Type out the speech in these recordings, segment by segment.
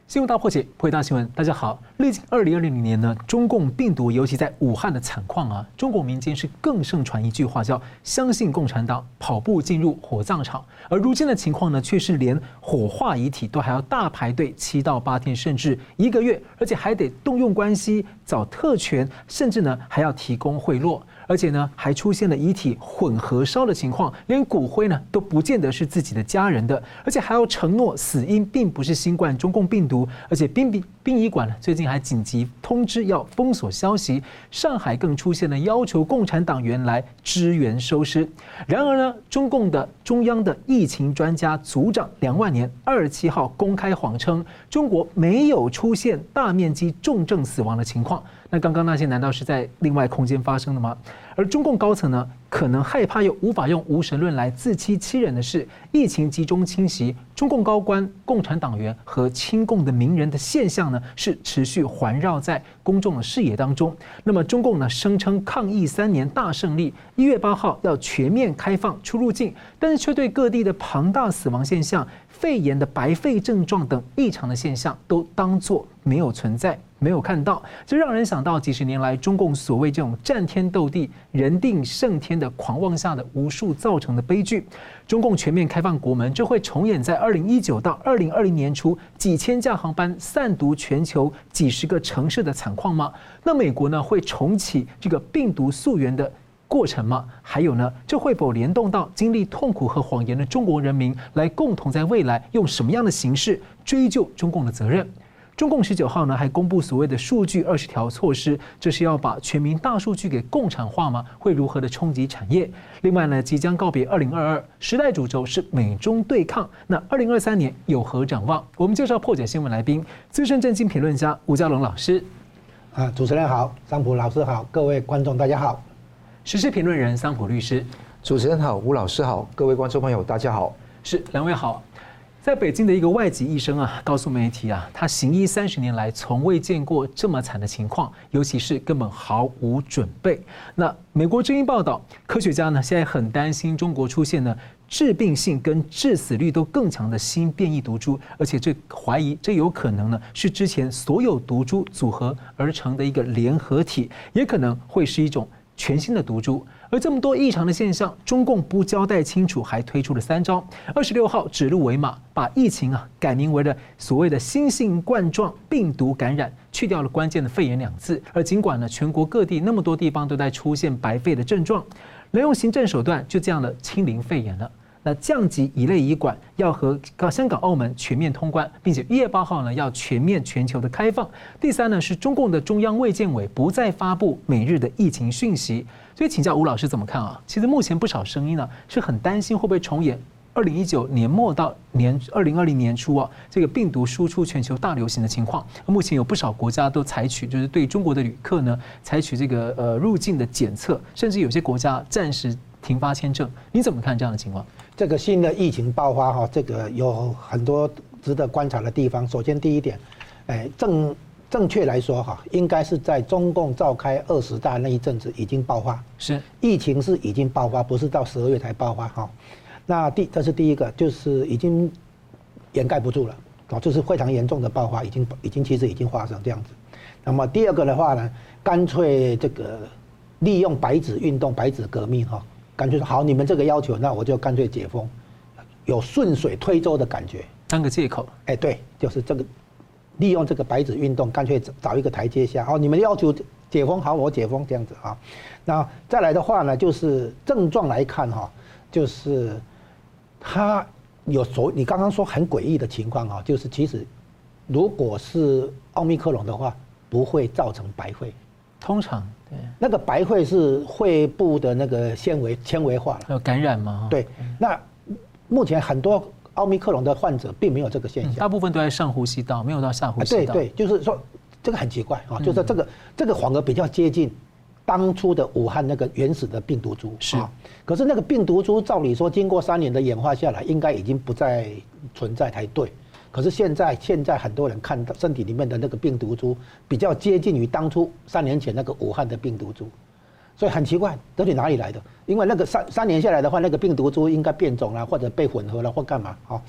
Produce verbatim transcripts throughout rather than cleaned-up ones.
新闻大破解，破解大新闻。大家好，历经二零二零年呢，中共病毒尤其在武汉的惨况啊，中国民间是更盛传一句话，叫“相信共产党，跑步进入火葬场”。而如今的情况呢，却是连火化遗体都还要大排队七到八天，甚至一个月，而且还得动用关系找特权，甚至呢还要提供贿赂。而且呢，还出现了遗体混合烧的情况，连骨灰呢都不见得是自己的家人的，而且还要承诺死因并不是新冠中共病毒，而且殡殡殡仪馆呢最近还紧急通知要封锁消息，上海更出现了要求共产党员来支援收尸。然而呢，中共的中央的疫情专家组长梁万年二十七号公开谎称，中国没有出现大面积重症死亡的情况。那刚刚那些难道是在另外空间发生的吗？而中共高层呢，可能害怕又无法用无神论来自欺欺人的是，疫情集中侵袭中共高官、共产党员和亲共的名人的现象呢，是持续环绕在公众的视野当中。那么中共呢，声称抗疫三年大胜利，一月八号要全面开放出入境，但是却对各地的庞大死亡现象、肺炎的白肺症状等异常的现象都当作没有存在。没有看到，这让人想到几十年来中共所谓这种战天斗地、人定胜天的狂妄下的无数造成的悲剧。中共全面开放国门，这会重演在二零一九到二零二零年初几千架航班散毒全球几十个城市的惨况吗？那美国呢会重启这个病毒溯源的过程吗？还有呢，这会否联动到经历痛苦和谎言的中国人民，来共同在未来用什么样的形式追究中共的责任？中共十九号呢还公布所谓的数据二十条措施，这是要把全民大数据给共产化吗？会如何的冲击产业？另外呢，即将告别二零二二，时代主轴是美中对抗，那二零二三年有何展望？我们介绍破解新闻来宾，资深政经评论家吴家龙老师。 啊，主持人好，桑普老师好，各位观众大家好。 时事评论人桑普律师。 主持人好，吴老师好，各位观众朋友大家好。 是，两位好。在北京的一个外籍医生啊，告诉媒体啊，他行医三十年来从未见过这么惨的情况，尤其是根本毫无准备。那美国之音报道，科学家呢现在很担心中国出现呢致病性跟致死率都更强的新变异毒株，而且这怀疑这有可能呢是之前所有毒株组合而成的一个联合体，也可能会是一种全新的毒株。而这么多异常的现象，中共不交代清楚，还推出了三招。二十六号指鹿为马，把疫情啊改名为了所谓的新型冠状病毒感染，去掉了关键的肺炎两字。而尽管呢，全国各地那么多地方都在出现白肺的症状，能用行政手段就这样的清零肺炎了。那降级乙类乙管要和香港、澳门全面通关，并且一月八号呢要全面全球的开放。第三呢是中共的中央卫健委不再发布每日的疫情讯息。所以请教吴老师怎么看啊？其实目前不少声音呢是很担心会不会重演二零一九年末到年二零二零年初啊这个病毒输出全球大流行的情况。目前有不少国家都采取就是对中国的旅客呢采取这个呃入境的检测，甚至有些国家暂时停发签证。你怎么看这样的情况？ 这个新的疫情爆发哈，这个有很多值得观察的地方。首先第一点，哎正。正确来说，哈，应该是在中共召开二十大那一阵子已经爆发， 是疫情是已经爆发，不是到十二月才爆发哈。那第这是第一个，就是已经掩盖不住了，哦，就是非常严重的爆发，已经已经其实已经发生这样子。那么第二个的话呢，干脆这个利用白纸运动、白纸革命哈，干脆说好，你们这个要求，那我就干脆解封，有顺水推舟的感觉， 当个借口。 哎，对，就是这个。利用这个白纸运动，干脆找一个台阶下。哦，你们要求解封，好，我解封这样子啊。那再来的话呢，就是症状来看哈，就是它有所你刚刚说很诡异的情况哈，就是其实如果是奥密克戎的话，不会造成白肺。 通常对那个白肺是肺部的那个纤维纤维化了， 有感染吗？ 对，那目前很多。奥密克戎的患者并没有这个现象， 大部分都在上呼吸道，没有到下呼吸道。 对对，就是说这个很奇怪啊，就是这个这个反而比较接近当初的武汉那个原始的病毒株。 是， 可是那个病毒株照理说经过三年的演化下来，应该已经不再存在才对。可是现在现在很多人看到身体里面的那个病毒株比较接近于当初三年前那个武汉的病毒株。所以很奇怪，到底哪里来的？因为那个三三年下来的话，那个病毒株应该变种了，或者被混合了，或干嘛？好，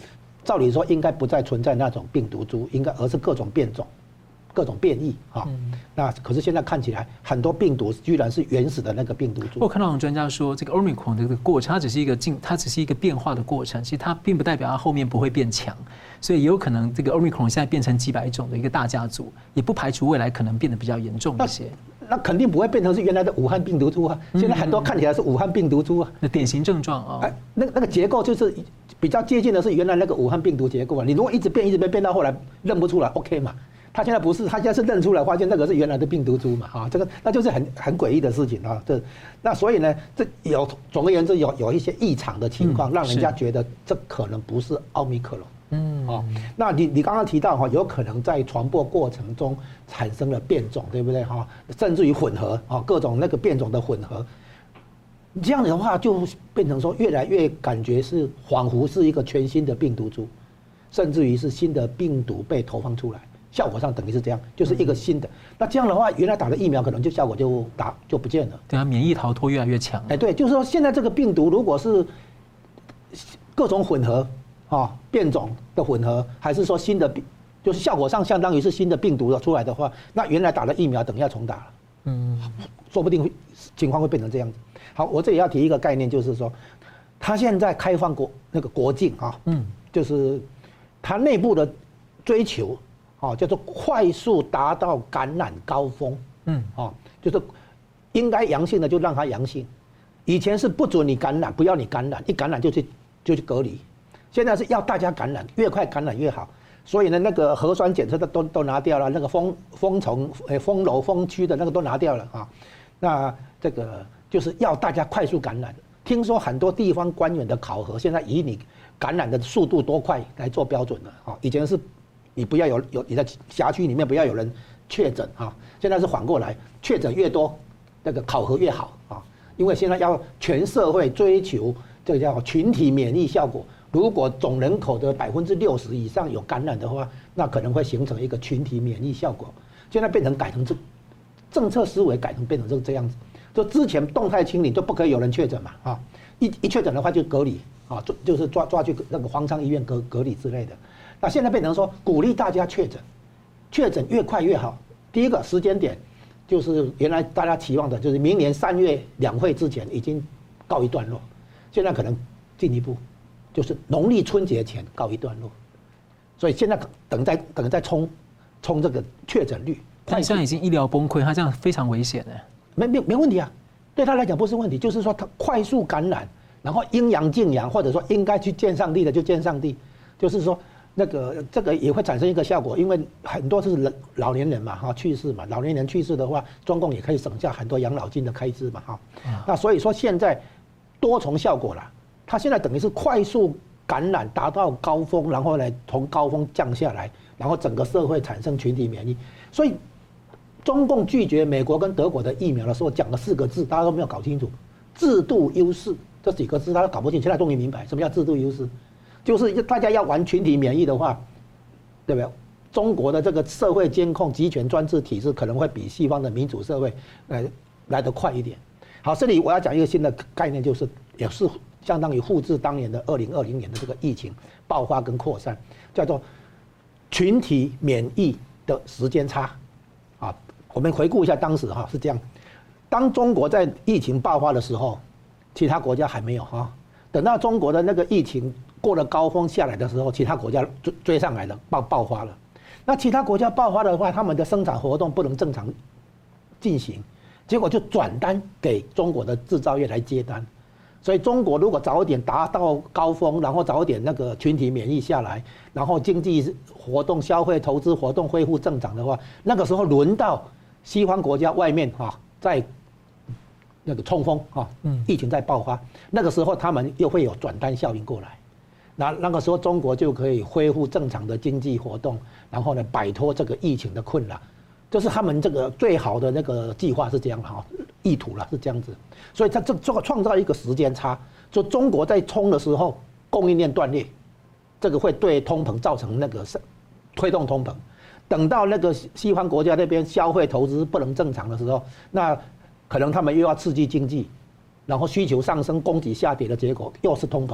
照理说应该不再存在那种病毒株，应该而是各种变种。各种变异啊，嗯、那可是现在看起来很多病毒居然是原始的那个病毒株。 我看到有专家说，这个 Omicron 的这个过程，它只是一个进，它只是一个变化的过程，其实它并不代表它后面不会变强，所以也有可能这个 Omicron 现在变成几百种的一个大家族，也不排除未来可能变得比较严重一些。 那肯定不会变成是原来的武汉病毒株啊，现在很多看起来是武汉病毒株啊。 那典型症状啊， 哎，那那个结构就是比较接近的是原来那个武汉病毒结构啊。你如果一直变一直变变到后来认不出来 ，OK 嘛？他现在不是，他现在是认出来，发现那个是原来的病毒株嘛，啊，这个那就是很很诡异的事情啊。这那所以呢，这有总而言之有有一些异常的情况，让人家觉得这可能不是奥密克戎。嗯，哦，那你你刚刚提到哈，有可能在传播过程中产生了变种，对不对哈？甚至于混合啊，各种那个变种的混合，这样的话就变成说越来越感觉是仿佛是一个全新的病毒株，甚至于是新的病毒被投放出来。效果上等于是这样，就是一个新的。那这样的话，原来打的疫苗可能就效果就打就不见了。 对啊，免疫逃脱越来越强。 哎，对，就是说现在这个病毒如果是各种混合啊，变种的混合，还是说新的病，就是效果上相当于是新的病毒出来的话，那原来打的疫苗等于要重打了。嗯，说不定会情况会变成这样子。好，我这里要提一个概念，就是说，它现在开放国那个国境啊，嗯，就是它内部的追求。哦，叫做快速达到感染高峰，嗯，哦，就是应该阳性的就让它阳性，以前是不准你感染，不要你感染，一感染就去就去隔离，现在是要大家感染，越快感染越好，所以呢，那个核酸检测的都都拿掉了，那个封封城、呃封楼、封区的那个都拿掉了啊，那这个就是要大家快速感染。听说很多地方官员的考核，现在以你感染的速度多快来做标准了啊，以前是。你不要有有你在辖区里面不要有人确诊啊，现在是反过来，确诊越多，那个考核越好啊，因为现在要全社会追求这个叫群体免疫效果。如果总人口的百分之六十以上有感染的话，那可能会形成一个群体免疫效果。现在变成改成这政策思维改成变成这这样子，就之前动态清零就不可以有人确诊嘛啊，一一确诊的话就隔离啊，就就是抓抓去那个方舱医院隔隔离之类的。那现在变成说鼓励大家确诊，确诊越快越好。第一个时间点，就是原来大家期望的，就是明年三月两会之前已经告一段落，现在可能进一步，就是农历春节前告一段落。所以现在等在等在冲冲这个确诊率， 他现在已经医疗崩溃，他这样非常危险哎。 没没没问题啊，对他来讲不是问题，就是说他快速感染，然后阴阳敬阳，或者说应该去见上帝的就见上帝，就是说。那个这个也会产生一个效果，因为很多是老年人嘛，哈去世嘛，老年人去世的话，中共也可以省下很多养老金的开支嘛，哈。那所以说现在多重效果啦，它现在等于是快速感染达到高峰，然后呢从高峰降下来，然后整个社会产生群体免疫。所以中共拒绝美国跟德国的疫苗的时候讲了四个字，大家都没有搞清楚，制度优势这几个字大家搞不清，现在终于明白什么叫制度优势。就是大家要玩群体免疫的话，对不对？中国的这个社会监控集权专制体制可能会比西方的民主社会来来得快一点。好，这里我要讲一个新的概念，就是也是相当于复制当年的二零二零年的这个疫情爆发跟扩散，叫做群体免疫的时间差。啊，我们回顾一下当时哈是这样，当中国在疫情爆发的时候，其他国家还没有哈，等到中国的那个疫情过了高峰下来的时候，其他国家追追上来了，爆爆发了。那其他国家爆发的话，他们的生产活动不能正常进行，结果就转单给中国的制造业来接单。所以中国如果早一点达到高峰，然后早一点那个群体免疫下来，然后经济活动、消费、投资活动恢复正常的话，那个时候轮到西方国家外面哈，在那个冲锋哈，疫情在爆发，那个时候他们又会有转单效应过来。那那个时候，中国就可以恢复正常的经济活动，然后呢，摆脱这个疫情的困扰，就是他们这个最好的那个计划是这样哈，意图了是这样子，所以他这这个创造一个时间差，就中国在冲的时候供应链断裂，这个会对通膨造成那个推动通膨，等到那个西方国家那边消费投资不能正常的时候，那可能他们又要刺激经济，然后需求上升，供给下跌的结果又是通膨。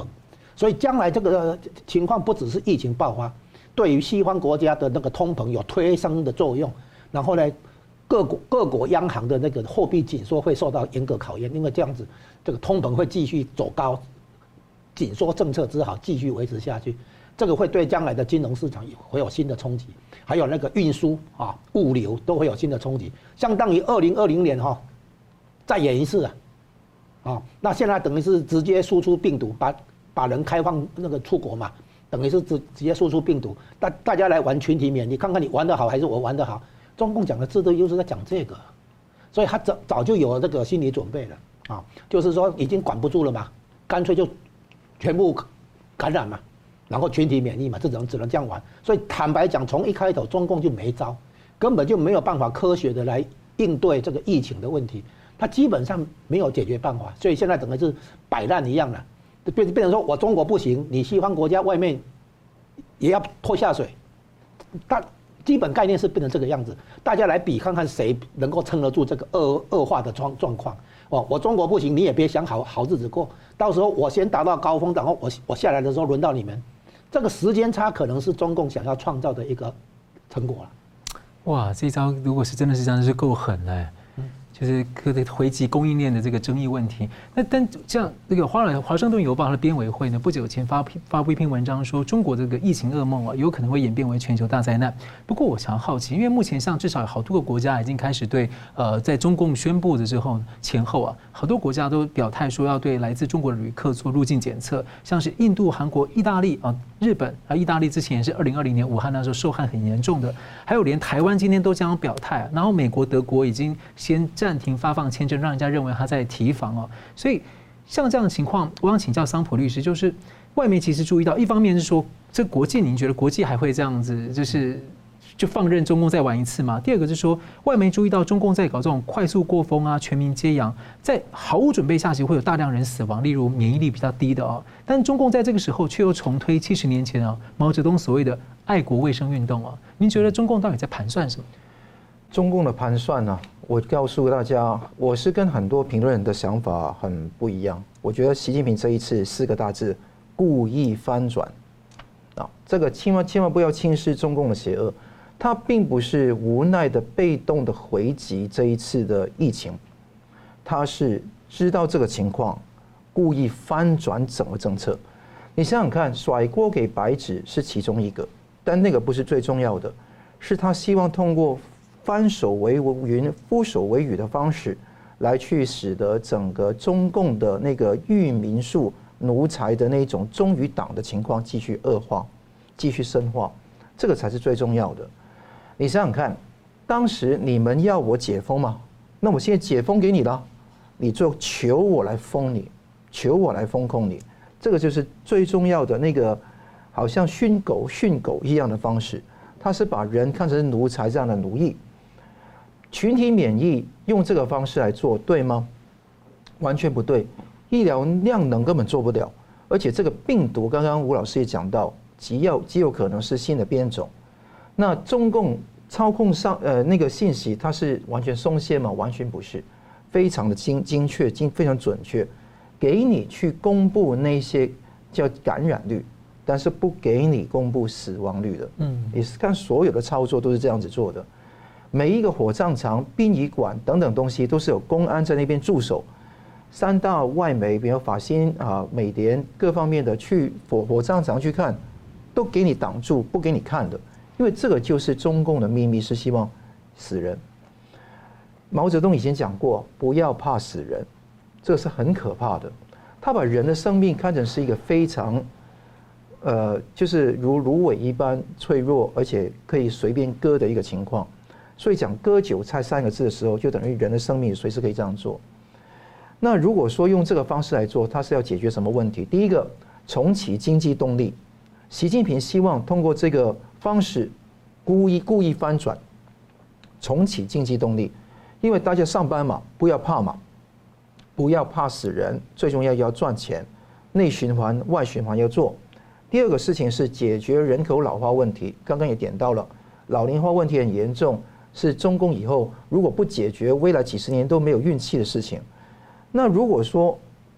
所以将来这个情况不只是疫情爆发，对于西方国家的那个通膨有推升的作用，然后呢，各国各国央行的那个货币紧缩会受到严格考验，因为这样子这个通膨会继续走高，紧缩政策只好继续维持下去。这个会对将来的金融市场会有新的冲击，还有那个运输啊、物流都会有新的冲击，相当于二零二零年哈、哦，再演一次啊，啊，那现在等于是直接输出病毒，把把人开放那个出国嘛，等于是直直接输出病毒，大大家来玩群体免疫，看看你玩得好还是我玩得好。中共讲的制度就是在讲这个，所以他早早就有这个心理准备了啊，就是说已经管不住了嘛，干脆就全部感染嘛。然后群体免疫嘛，这种只能这样玩。所以坦白讲，从一开头中共就没招，根本就没有办法科学的来应对这个疫情的问题，它基本上没有解决办法。所以现在整个是摆烂一样了，变变成说我中国不行，你西方国家外面也要拖下水。但基本概念是变成这个样子，大家来比看看谁能够撑得住这个恶恶化的状状况。哦，我中国不行，你也别想好好日子过，到时候我先达到高峰，然后我我下来的时候轮到你们。这个时间差可能是中共想要创造的一个成果了。 哇，这一招如果是真的是这样，是够狠嘞。就是可得回击供应链的这个争议问题。那但像这个华尔华盛顿邮报的编委会呢，不久前发发布一篇文章说，中国这个疫情噩梦啊，有可能会演变为全球大灾难。不过我想好奇，因为目前像至少有好多个国家已经开始对呃，在中共宣布的之后前后啊，好多国家都表态说要对来自中国的旅客做入境检测，像是印度、韩国、意大利啊、日本啊，意大利之前也是二零二零年武汉那时候受害很严重的，还有连台湾今天都将表态，然后美国、德国已经先暂停发放签证，让人家认为他在提防哦。所以像这样的情况，我想请教桑普律师，就是外媒其实注意到，一方面是说这国际，您觉得国际还会这样子，就是就放任中共再玩一次吗？第二个是说，外媒注意到中共在搞这种快速过风啊、全民接阳，在毫无准备下，其实会有大量人死亡，例如免疫力比较低的哦。但中共在这个时候却又重推七十年前啊毛泽东所谓的爱国卫生运动啊，您觉得中共到底在盘算什么？ 中共的盘算呢、啊，我告诉大家，我是跟很多评论人的想法很不一样。我觉得习近平这一次四个大字，故意翻转啊，这个千万千万不要轻视中共的邪恶，他并不是无奈的被动的回击这一次的疫情，他是知道这个情况，故意翻转整个政策。你想想看，甩锅给白纸是其中一个，但那个不是最重要的，是他希望通过翻手为云、覆手为雨的方式，来去使得整个中共的那个裕民术奴才的那种忠于党的情况继续恶化、继续深化，这个才是最重要的。你想想看，当时你们要我解封吗？那我现在解封给你了，你就求我来封你，求我来封控你，这个就是最重要的那个，好像训狗训狗一样的方式，他是把人看成奴才这样的奴役。群体免疫用这个方式来做对吗？完全不对，医疗量能根本做不了，而且这个病毒刚刚吴老师也讲到，极有极有可能是新的变种。那中共操控上呃那个信息，它是完全松懈吗？完全不是，非常的精精确、精非常准确，给你去公布那些叫感染率，但是不给你公布死亡率的。嗯，你是看所有的操作都是这样子做的。每一个火葬场、殡仪馆等等东西，都是有公安在那边驻守。三大外媒，比如法新啊、美联各方面的去火火葬场去看，都给你挡住，不给你看的。因为这个就是中共的秘密，是希望死人。毛泽东以前讲过，不要怕死人，这个是很可怕的。他把人的生命看成是一个非常，呃，就是如芦苇一般脆弱，而且可以随便割的一个情况。所以讲割韭菜三个字的时候，就等于人的生命随时可以这样做。那如果说用这个方式来做，它是要解决什么问题？第一个，重启经济动力。习近平希望通过这个方式，故意故意翻转，重启经济动力。因为大家上班嘛，不要怕嘛，不要怕死人，最重要要赚钱，内循环、外循环要做。第二个事情是解决人口老化问题，刚刚也点到了，老龄化问题很严重。是中共以后如果不解决，未来几十年都没有运气的事情。那如果说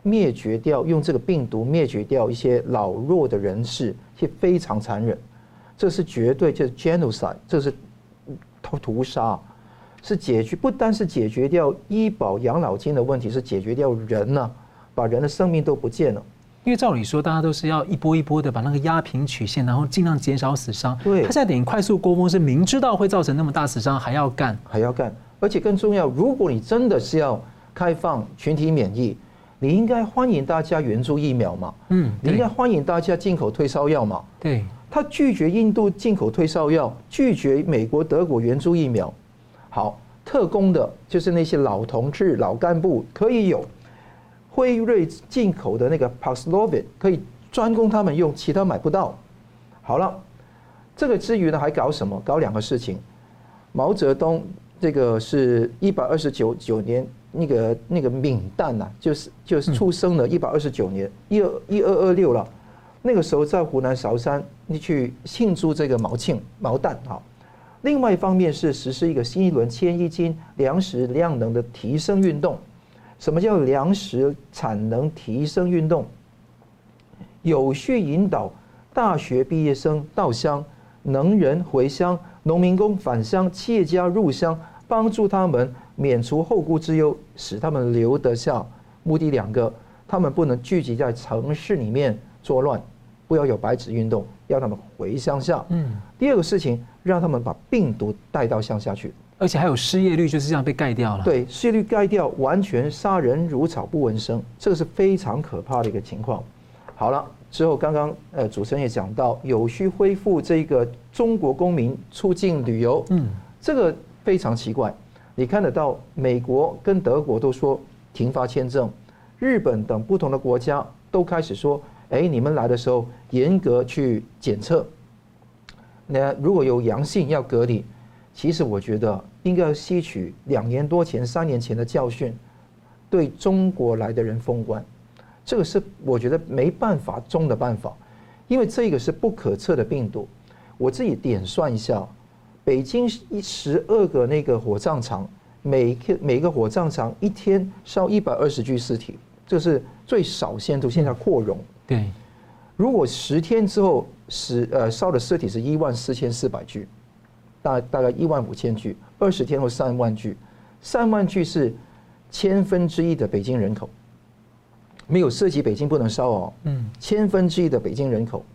灭绝掉，用这个病毒灭绝掉一些老弱的人士，是非常残忍。这是绝对就是 genocide， 这是屠杀，是解决不单是解决掉医保养老金的问题，是解决掉人呢、啊，把人的生命都不见了。 因为照理说，大家都是要一波一波的把那个压平曲线，然后尽量减少死伤。 对， 他现在等于快速沟通，是明知道会造成那么大死伤，还要干， 还要干。而且更重要，如果你真的是要开放群体免疫，你应该欢迎大家援助疫苗嘛。嗯，你应该欢迎大家进口退烧药嘛。 对， 他拒绝印度进口退烧药，拒绝美国、德国援助疫苗。好，特供的就是那些老同志、老干部可以有。辉瑞进口的那个 Paxlovid 可以专供他们用，其他买不到。好了，这个之余呢，还搞什么？搞两个事情。毛泽东这个是一百二十九九年那个那个敏旦呐、啊，就是就是出生了一百二十九年，一二一二二六了。那个时候在湖南韶山，你去庆祝这个毛庆毛旦哈。另外一方面是实施一个新一轮千亿斤粮食量能的提升运动。什么叫粮食产能提升运动？有序引导大学毕业生到乡，能人回乡，农民工返乡，企业家入乡，帮助他们免除后顾之忧，使他们留得下。目的两个，他们不能聚集在城市里面作乱，不要有白纸运动，要他们回乡下。嗯。第二个事情，让他们把病毒带到乡下去。 而且还有失业率就是这样被盖掉了。 对，失业率盖掉，完全杀人如草不闻声，这个是非常可怕的一个情况。好了，之后刚刚呃主持人也讲到，有序恢复这个中国公民出境旅游，嗯，这个非常奇怪。你看得到，美国跟德国都说停发签证，日本等不同的国家都开始说，哎，你们来的时候严格去检测，那如果有阳性要隔离。其实我觉得应该要吸取两年多前、三年前的教训，对中国来的人封关，这个是我觉得没办法中的办法，因为这个是不可测的病毒。我自己点算一下，北京十二个那个火葬场，每个每个火葬场一天烧一百二十具尸体，这是最少限度，现在扩容。 对， 如果十天之后死呃烧的尸体是一万四千四百具。大大概一万五千具，二十天后三万具，三万具是千分之一的北京人口，没有涉及北京不能烧哦，嗯，千分之一的北京人口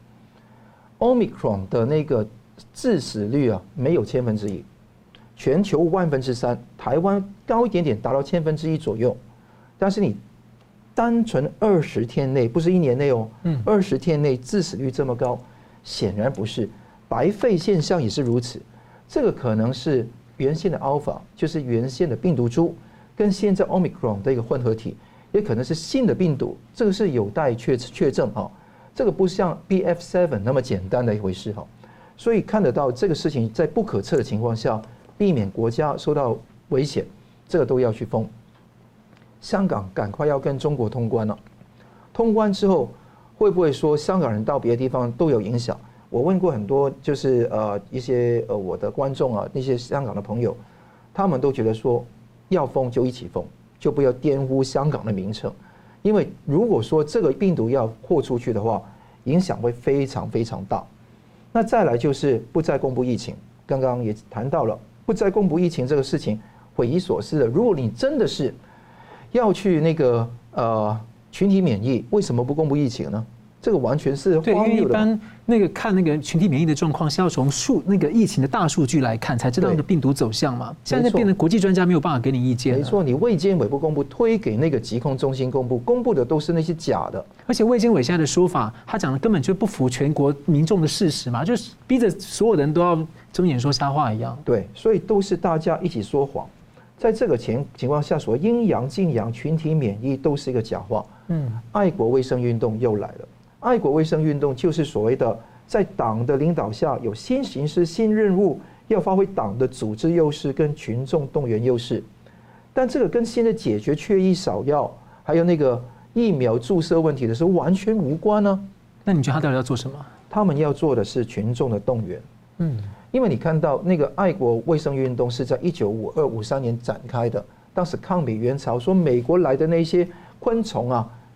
，Omicron 的那个致死率啊，没有千分之一，全球万分之三，台湾高一点点，达到千分之一左右，但是你单纯二十天内，不是一年内哦，嗯，二十天内致死率这么高，显然不是，白肺现象也是如此。这个可能是原先的 Alpha， 就是原先的病毒株，跟现在 Omicron 的一个混合体，也可能是新的病毒，这个是有待确确证哈。这个不像 B F 七 那么简单的一回事哈。所以看得到这个事情在不可测的情况下，避免国家受到危险，这个都要去封。香港赶快要跟中国通关了，通关之后会不会说香港人到别的地方都有影响？我问过很多，就是呃一些呃我的观众啊，那些香港的朋友，他们都觉得说，要封就一起封，就不要玷污香港的名称，因为如果说这个病毒要扩出去的话，影响会非常非常大。那再来就是不再公布疫情，刚刚也谈到了，不再公布疫情这个事情，匪夷所思的。如果你真的是要去那个呃群体免疫，为什么不公布疫情呢？这个完全是对，因荒谬的。 为一般那个看那个群体免疫的状况是要从数那个疫情的大数据来看，才知道那个病毒走向嘛。现在变成国际专家没有办法给你意见。 没错，你卫健委不公布，推给那个疾控中心公布，公布的都是那些假的。 而且卫健委现在的说法，他讲的根本就不符全国民众的事实嘛，就是逼着所有人都要睁眼说瞎话一样。 对，所以都是大家一起说谎。在这个情情况下，所谓阴阳禁阳、群体免疫都是一个假话。嗯，爱国卫生运动又来了。爱国卫生运动就是所谓的在党的领导下有新形势、新任务，要发挥党的组织优势跟群众动员优势。但这个跟现在解决缺医少药，还有那个疫苗注射问题的时候完全无关呢。 那你觉得他到底要做什么？ 他们要做的是群众的动员。嗯，因为你看到那个爱国卫生运动是在一九五二、五三年展开的，当时抗美援朝，说美国来的那些昆虫啊。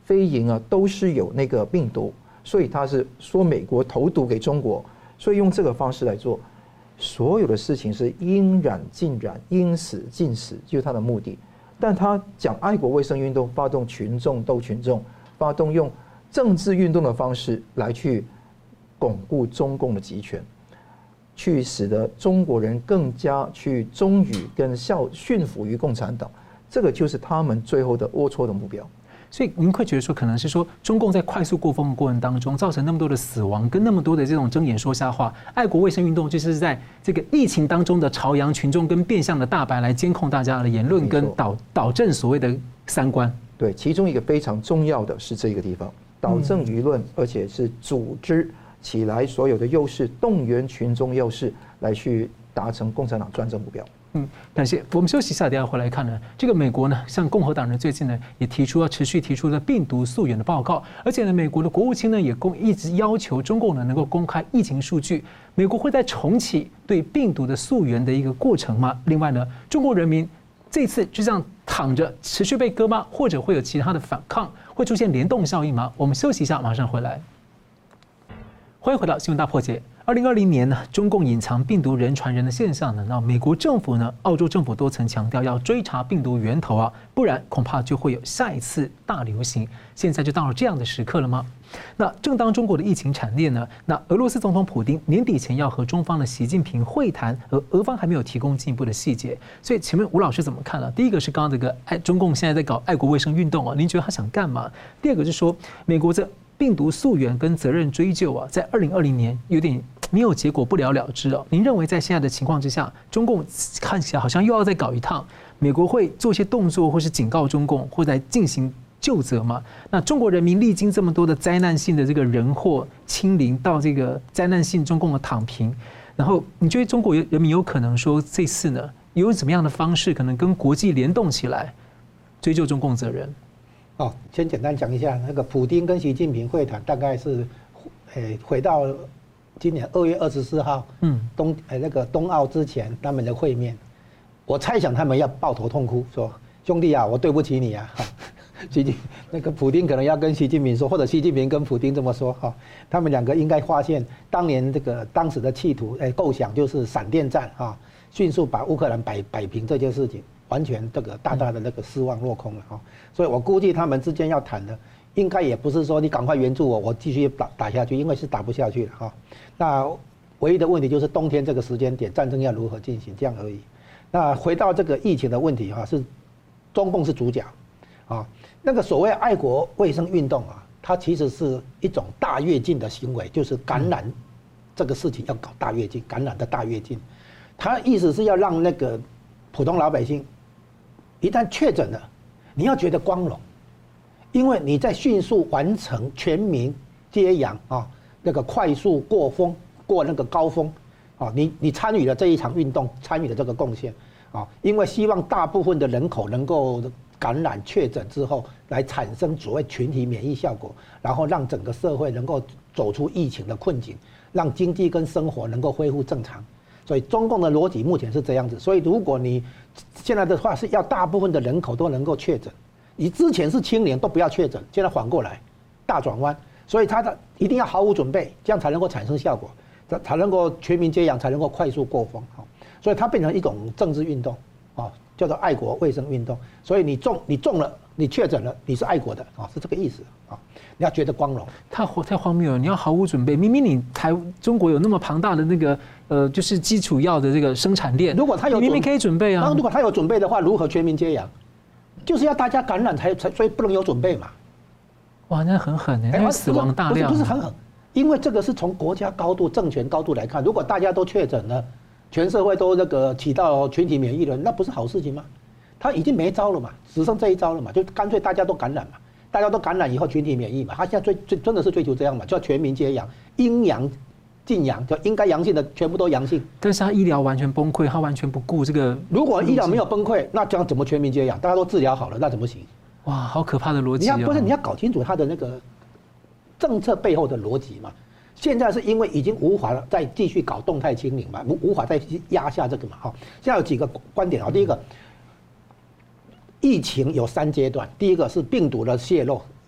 非营啊都是有那个病毒，所以他是说美国投毒给中国，所以用这个方式来做，所有的事情是应染尽染，应死尽死，就是他的目的。但他讲爱国卫生运动，发动群众斗群众，发动用政治运动的方式来去巩固中共的集权，去使得中国人更加去忠于跟效驯服于共产党，这个就是他们最后的龌龊的目标。 所以您会觉得说，可能是说中共在快速过风的过程当中，造成那么多的死亡，跟那么多的这种睁眼说瞎话。爱国卫生运动就是在这个疫情当中的朝阳群众跟变相的大白来监控大家的言论，跟导导正所谓的三观。 对，其中一个非常重要的是这个地方，导正舆论，而且是组织起来所有的优势，动员群众优势来去达成共产党专政目标。 嗯，感谢。我们休息一下，等一下回来看呢。这个美国呢，像共和党人最近呢，也提出要持续提出了病毒溯源的报告，而且呢，美国的国务卿呢也公一直要求中共呢能够公开疫情数据。美国会再重启对病毒的溯源的一个过程吗？另外呢，中国人民这次就这样躺着持续被割吗？或者会有其他的反抗？会出现联动效应吗？我们休息一下，马上回来。欢迎回到新闻大破解。二零二零年呢，中共隐藏病毒人传人的现象呢，那美国政府呢、澳洲政府都曾强调要追查病毒源头啊，不然恐怕就会有下一次大流行。现在就到了这样的时刻了吗？那正当中国的疫情惨烈呢，那俄罗斯总统普丁年底前要和中方的习近平会谈，而俄方还没有提供进一步的细节。所以，请问吴老师怎么看呢？第一个是刚刚这个爱中共现在在搞爱国卫生运动啊，您觉得他想干嘛？第二个是说美国这病毒溯源跟责任追究啊，在二零二零年有点没有结果，不了了之哦。您认为在现在的情况之下，中共看起来好像又要再搞一趟，美国会做些动作，或是警告中共，或在进行究责吗？那中国人民历经这么多的灾难性的这个人祸清零，到这个灾难性中共的躺平，然后你觉得中国人民有可能说这次呢，有怎么样的方式可能跟国际联动起来，追究中共责任？ 哦，先简单讲一下，那个普丁跟习近平会谈，大概是，诶，回到今年二月二十四号，嗯，冬诶那个冬奥之前他们的会面，我猜想他们要抱头痛哭，说兄弟啊，我对不起你啊，习近那个普丁可能要跟习近平说，或者习近平跟普丁这么说哈，他们两个应该发现当年这个当时的企图诶构想就是闪电战啊，迅速把乌克兰摆摆平这件事情。完全这个大大的那个失望落空了哈，所以我估计他们之间要谈的，应该也不是说你赶快援助我，我继续打打下去，因为是打不下去了哈。那唯一的问题就是冬天这个时间点，战争要如何进行，这样而已。那回到这个疫情的问题哈，是中共是主角啊，那个所谓爱国卫生运动啊，它其实是一种大跃进的行为，就是感染这个事情要搞大跃进，感染的大跃进，它意思是要让那个普通老百姓。一旦确诊了，你要觉得光荣，因为你在迅速完成全民接阳啊，那个快速过峰，过那个高峰，啊，你你参与了这一场运动，参与了这个贡献，啊，因为希望大部分的人口能够感染确诊之后，来产生所谓群体免疫效果，然后让整个社会能够走出疫情的困境，让经济跟生活能够恢复正常。所以中共的逻辑目前是这样子，所以如果你现在的话是要大部分的人口都能够确诊，你之前是清零都不要确诊，现在反过来大转弯，所以他的一定要毫无准备，这样才能够产生效果，才能够全民接阳，才能够快速过峰。所以它变成一种政治运动啊，叫做爱国卫生运动。所以你中你中了，你确诊了，你是爱国的啊，是这个意思啊。你要觉得光荣， 太太荒谬了！你要毫无准备，明明你台中国有那么庞大的那个呃，就是基础药的这个生产链， 如果他有明明可以准备啊。 那如果他有准备的话，如何全民接阳？就是要大家感染才才，所以不能有准备嘛。 哇，那很狠哎，那死亡大量。 不是不是很狠，因为这个是从国家高度、政权高度来看，如果大家都确诊了，全社会都那个起到群体免疫了，那不是好事情吗？他已经没招了嘛，只剩这一招了嘛，就干脆大家都感染嘛。大家都感染以后，群体免疫嘛，他现在追追真的是追求这样嘛，叫全民接阳，阴阳尽阳，就应该阳性的全部都阳性。 但是他医疗完全崩溃，他完全不顾这个。 如果医疗没有崩溃，那这样怎么全民接阳？大家都治疗好了，那怎么行？ 哇，好可怕的逻辑、哦！ 你要不是你要搞清楚他的那个政策背后的逻辑嘛。现在是因为已经无法再继续搞动态清零嘛，无无法再压下这个嘛。哈，现在有几个观点啊，第一个。疫情有三阶段，第一个是病毒的泄露，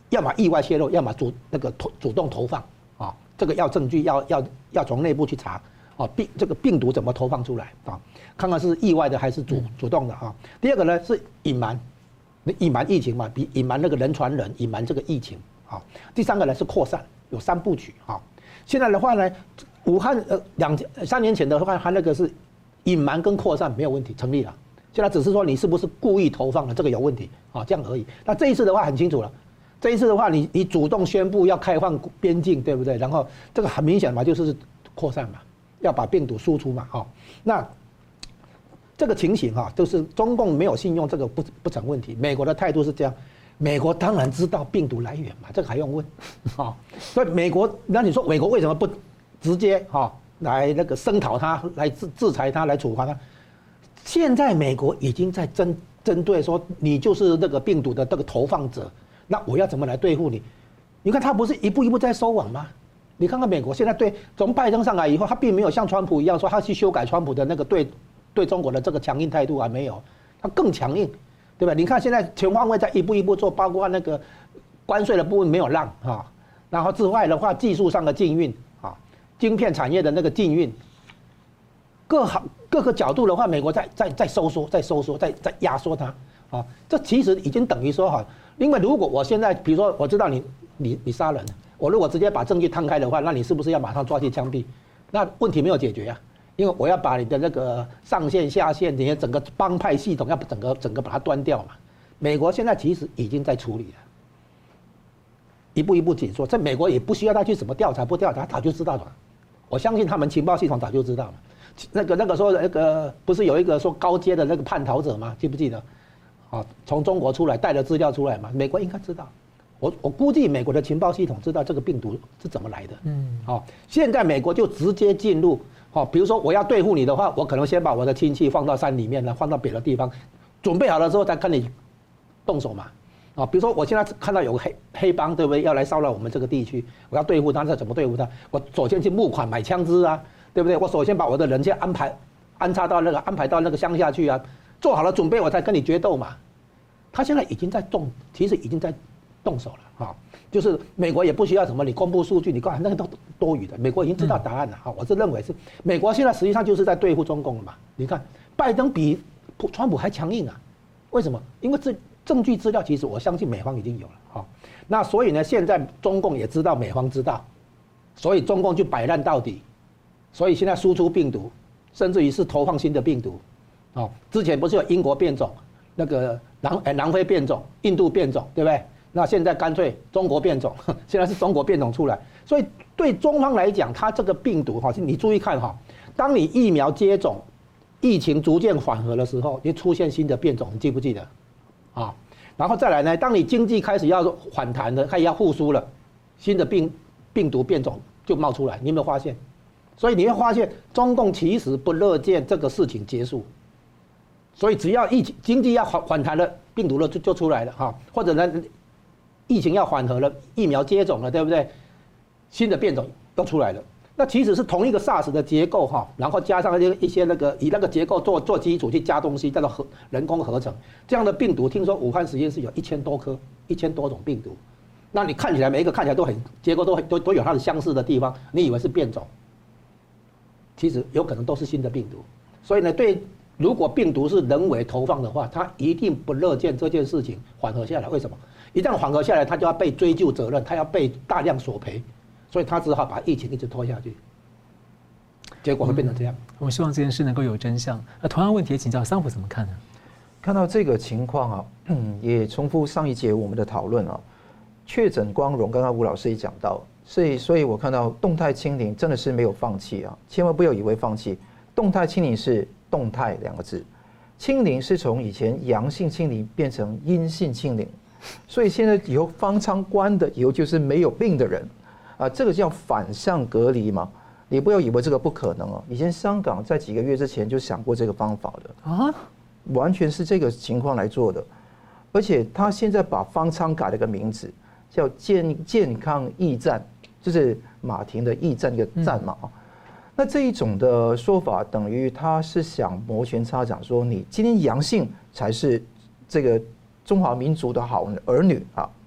要么意外泄露，要么主那个投主动投放啊，这个要证据，要要要从内部去查啊，病这个病毒怎么投放出来啊？看看是意外的还是主主动的啊？第二个呢是隐瞒，隐瞒疫情嘛，比隐瞒那个人传人，隐瞒这个疫情啊。第三个呢是扩散，有三部曲啊。现在的话呢，武汉呃两三年前的话，它那个是隐瞒跟扩散没有问题，成立了。现在只是说你是不是故意投放的，这个有问题啊，这样而已。那这一次的话很清楚了，这一次的话你你主动宣布要开放边境，对不对？然后这个很明显嘛，就是扩散嘛，要把病毒输出嘛，哈。那这个情形哈，就是中共没有信用，这个不不成问题。美国的态度是这样，美国当然知道病毒来源嘛，这个还用问？啊，所以美国，那你说美国为什么不直接哈来那个声讨他，来制制裁他，来处罚他？现在美国已经在针针对说你就是那个病毒的这个投放者，那我要怎么来对付你？你看他不是一步一步在收网吗？你看看美国现在对从拜登上来以后，他并没有像川普一样说他去修改川普的那个对对中国的这个强硬态度啊，没有，他更强硬，对吧？你看现在全方位在一步一步做，包括那个关税的部分没有让啊，然后之外的话技术上的禁运啊，晶片产业的那个禁运。各行各个角度的话，美国在在在收缩，在收缩，在在压缩它啊。这其实已经等于说哈，因为如果我现在比如说我知道你你你杀人，我如果直接把证据摊开的话，那你是不是要马上抓去枪毙？那问题没有解决啊，因为我要把你的那个上线下线，你的整个帮派系统要整个整个把它端掉嘛。美国现在其实已经在处理了，一步一步紧缩。在美国也不需要他去什么调查不调查，他早就知道了。我相信他们情报系统早就知道了。那个那个说那个不是有一个说高阶的那个叛逃者吗？记不记得？啊，从中国出来带了资料出来嘛，美国应该知道。我我估计美国的情报系统知道这个病毒是怎么来的。嗯，好，现在美国就直接进入，好，比如说我要对付你的话，我可能先把我的亲戚放到山里面了，放到别的地方，准备好了之后再跟你动手嘛。啊，比如说我现在看到有个黑黑帮，对不对？要来骚扰我们这个地区，我要对付他，那怎么对付他？我首先去募款买枪支啊。对不对？我首先把我的人先安排、安插到那个、安排到那个乡下去啊，做好了准备，我才跟你决斗嘛。他现在已经在动，其实已经在动手了哈、哦。就是美国也不需要什么你公布数据，你看那个都多余的，美国已经知道答案了哈、哦。我是认为是美国现在实际上就是在对付中共了嘛。你看拜登比川普还强硬啊，为什么？因为这证据资料其实我相信美方已经有了哈、哦。那所以呢，现在中共也知道美方知道，所以中共就摆烂到底。所以现在输出病毒，甚至于是投放新的病毒，哦，之前不是有英国变种，那个南哎南非变种、印度变种，对不对？那现在干脆中国变种，现在是中国变种出来，所以对中方来讲，它这个病毒哈，你注意看哈，当你疫苗接种，疫情逐渐缓和的时候，就出现新的变种，你记不记得？啊，然后再来呢，当你经济开始要反弹了，开始要复苏了，新的病病毒变种就冒出来，你有没有发现？所以你会发现，中共其实不乐见这个事情结束，所以只要疫情经济要反反弹了，病毒了就就出来了哈，或者呢，疫情要缓和了，疫苗接种了，对不对？新的变种都出来了，那其实是同一个 SARS 的结构哈，然后加上一些那个以那个结构做做基础去加东西，叫做合人工合成这样的病毒。听说武汉实验室有一千多颗，一千多种病毒，那你看起来每一个看起来都很结构都很都都有它的相似的地方，你以为是变种？其实有可能都是新的病毒，所以呢，对，如果病毒是人为投放的话，他一定不乐见这件事情缓和下来。为什么？一旦缓和下来，他就要被追究责任，他要被大量索赔，所以他只好把疫情一直拖下去，结果会变成这样。 嗯、我们希望这件事能够有真相。那同样问题也请教桑普怎么看呢？ 看到这个情况啊，嗯，也重复上一节我们的讨论啊，确诊光荣，刚刚吴老师也讲到。所以，所以我看到动态清零真的是没有放弃啊！千万不要以为放弃，动态清零是动态两个字，清零是从以前阳性清零变成阴性清零，所以现在以后方舱关的以后就是没有病的人啊，这个叫反向隔离嘛。你不要以为这个不可能哦，以前香港在几个月之前就想过这个方法的啊，完全是这个情况来做的，而且他现在把方舱改了个名字，叫健健康驿站。就是马停的驿站一个站嘛，嗯、那这一种的说法等于他是想摩拳擦掌，说你今天阳性才是这个中华民族的好儿女啊。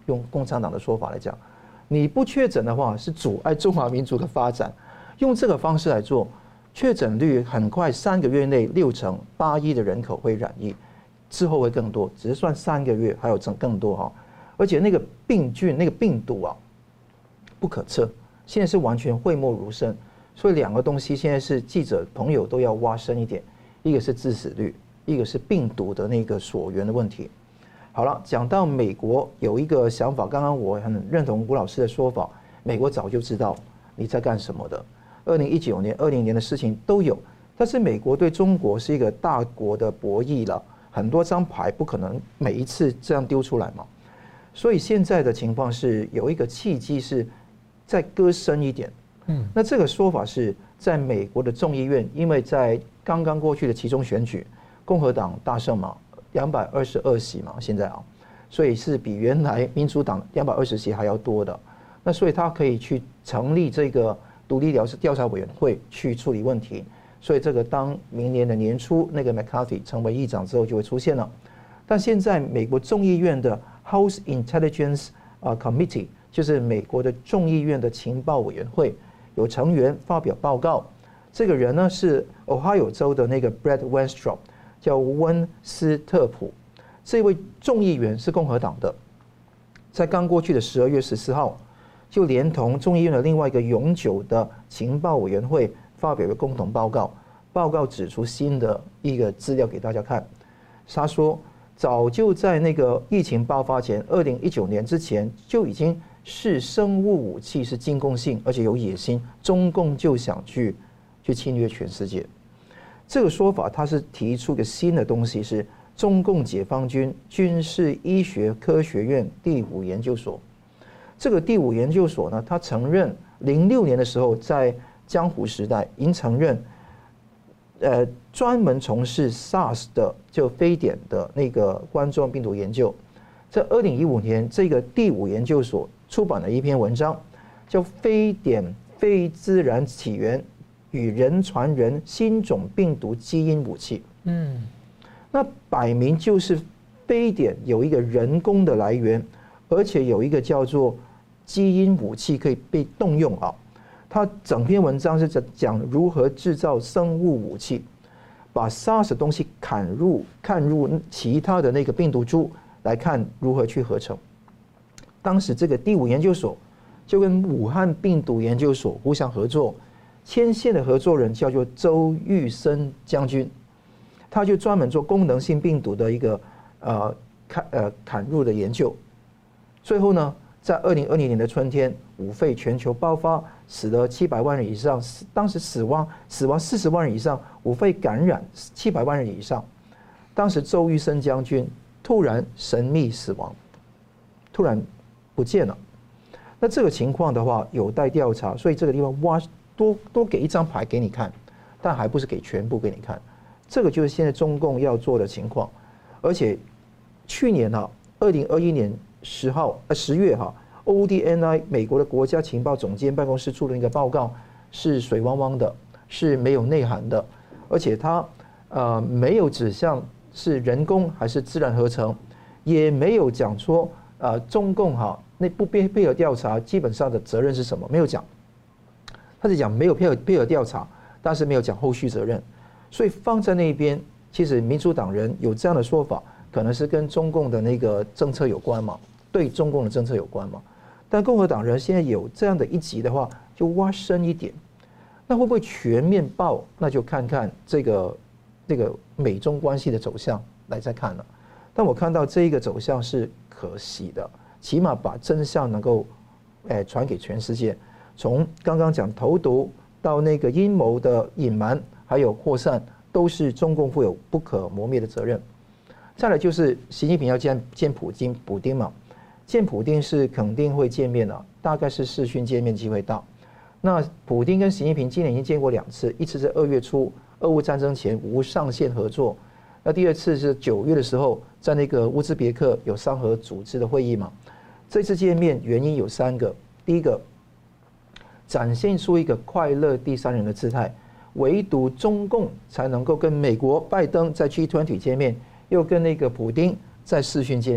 用共产党的说法来讲，你不确诊的话是阻碍中华民族的发展。用这个方式来做，确诊率很快三个月内六成八亿的人口会染疫，之后会更多，只是算三个月还有增更多哈。而且那个病菌那个病毒啊不可测，现在是完全讳莫如深。所以两个东西现在是记者朋友都要挖深一点，一个是致死率，一个是病毒的那个所源的问题。好了，讲到美国有一个想法，刚刚我很认同吴老师的说法，美国早就知道你在干什么的。二零一九年、二零年的事情都有，但是美国对中国是一个大国的博弈了，很多张牌不可能每一次这样丢出来嘛。所以现在的情况是有一个契机是再割深一点。嗯，那这个说法是在美国的众议院，因为在刚刚过去的期中选举，共和党大胜嘛，两百二十二席嘛，现在啊，所以是比原来民主党两百二十席还要多的。那所以他可以去成立这个独立调调查委员会去处理问题。所以这个当明年的年初那个 McCarthy 成为议长之后就会出现了。但现在美国众议院的 House Intelligence Committee 就是美国的众议院的情报委员会。有成员发表报告，这个人呢是 Ohio 州的那个 Brad Wenstrup， 叫温斯特普。这位众议员是共和党的，在刚过去的十二月十四号，就连同众议院的另外一个永久的情报委员会发表了共同报告。报告指出新的一个资料给大家看，他说早就在那个疫情爆发前，二零一九年之前就已经。是生物武器是进攻性，而且有野心，中共就想去去侵略全世界。这个说法，它是提出一个新的东西，是中共解放军军事医学科学院第五研究所。这个第五研究所呢，它承认零六年的时候，在江湖时代，已经承认，呃，专门从事 SARS 的就非典的那个冠状病毒研究。在二零一五年，这个第五研究所出版了一篇文章，叫《非典非自然起源与人传人新种病毒基因武器》。嗯，那摆明就是非典有一个人工的来源，而且有一个叫做基因武器可以被动用啊。它整篇文章是在讲如何制造生物武器，把 SARS 的东西砍入看入其他的那个病毒株。来看如何去合成。当时这个第五研究所就跟武汉病毒研究所互相合作，牵线的合作人叫做周玉生将军，他就专门做功能性病毒的一个呃砍呃砍入的研究。最后呢，在二零二零年的春天，武肺全球爆发，死了七百万人以上，当时死亡死亡四十万人以上，武肺感染七百万人以上。当时周玉生将军。突然神秘死亡，突然不见了。那这个情况的话有待调查，所以这个地方挖多多给一张牌给你看，但还不是给全部给你看。这个就是现在中共要做的情况。而且去年哈、啊，二零二一年十号呃十月哈、啊、，O D N I 美国的国家情报总监办公室出了一个报告，是水汪汪的，是没有内涵的，而且它呃没有指向。是人工还是自然合成，也没有讲说，呃，中共哈那不配配合调查，基本上的责任是什么？没有讲，他是讲没有配合配合调查，但是没有讲后续责任，所以放在那边，其实民主党人有这样的说法，可能是跟中共的那个政策有关嘛，对中共的政策有关嘛，但共和党人现在有这样的一集的话，就挖深一点，那会不会全面爆？那就看看这个。这个美中关系的走向来再看了，但我看到这一个走向是可喜的，起码把真相能够，哎，传给全世界。从刚刚讲投毒到那个阴谋的隐瞒，还有扩散，都是中共负有不可磨灭的责任。再来就是习近平要见见普京，普丁嘛，见普丁是肯定会见面的，大概是视讯见面机会大。那普丁跟习近平今年已经见过两次，一次是二月初。俄乌战争前无上限合作，那第二次是九月的时候，在那个乌兹别克有三合组织的会议嘛。这次见面原因有三个：第一个，展现出一个快乐第三人的姿态，唯独中共才能够跟美国拜登在 G 二十 见面，又跟那个普丁在视讯见面，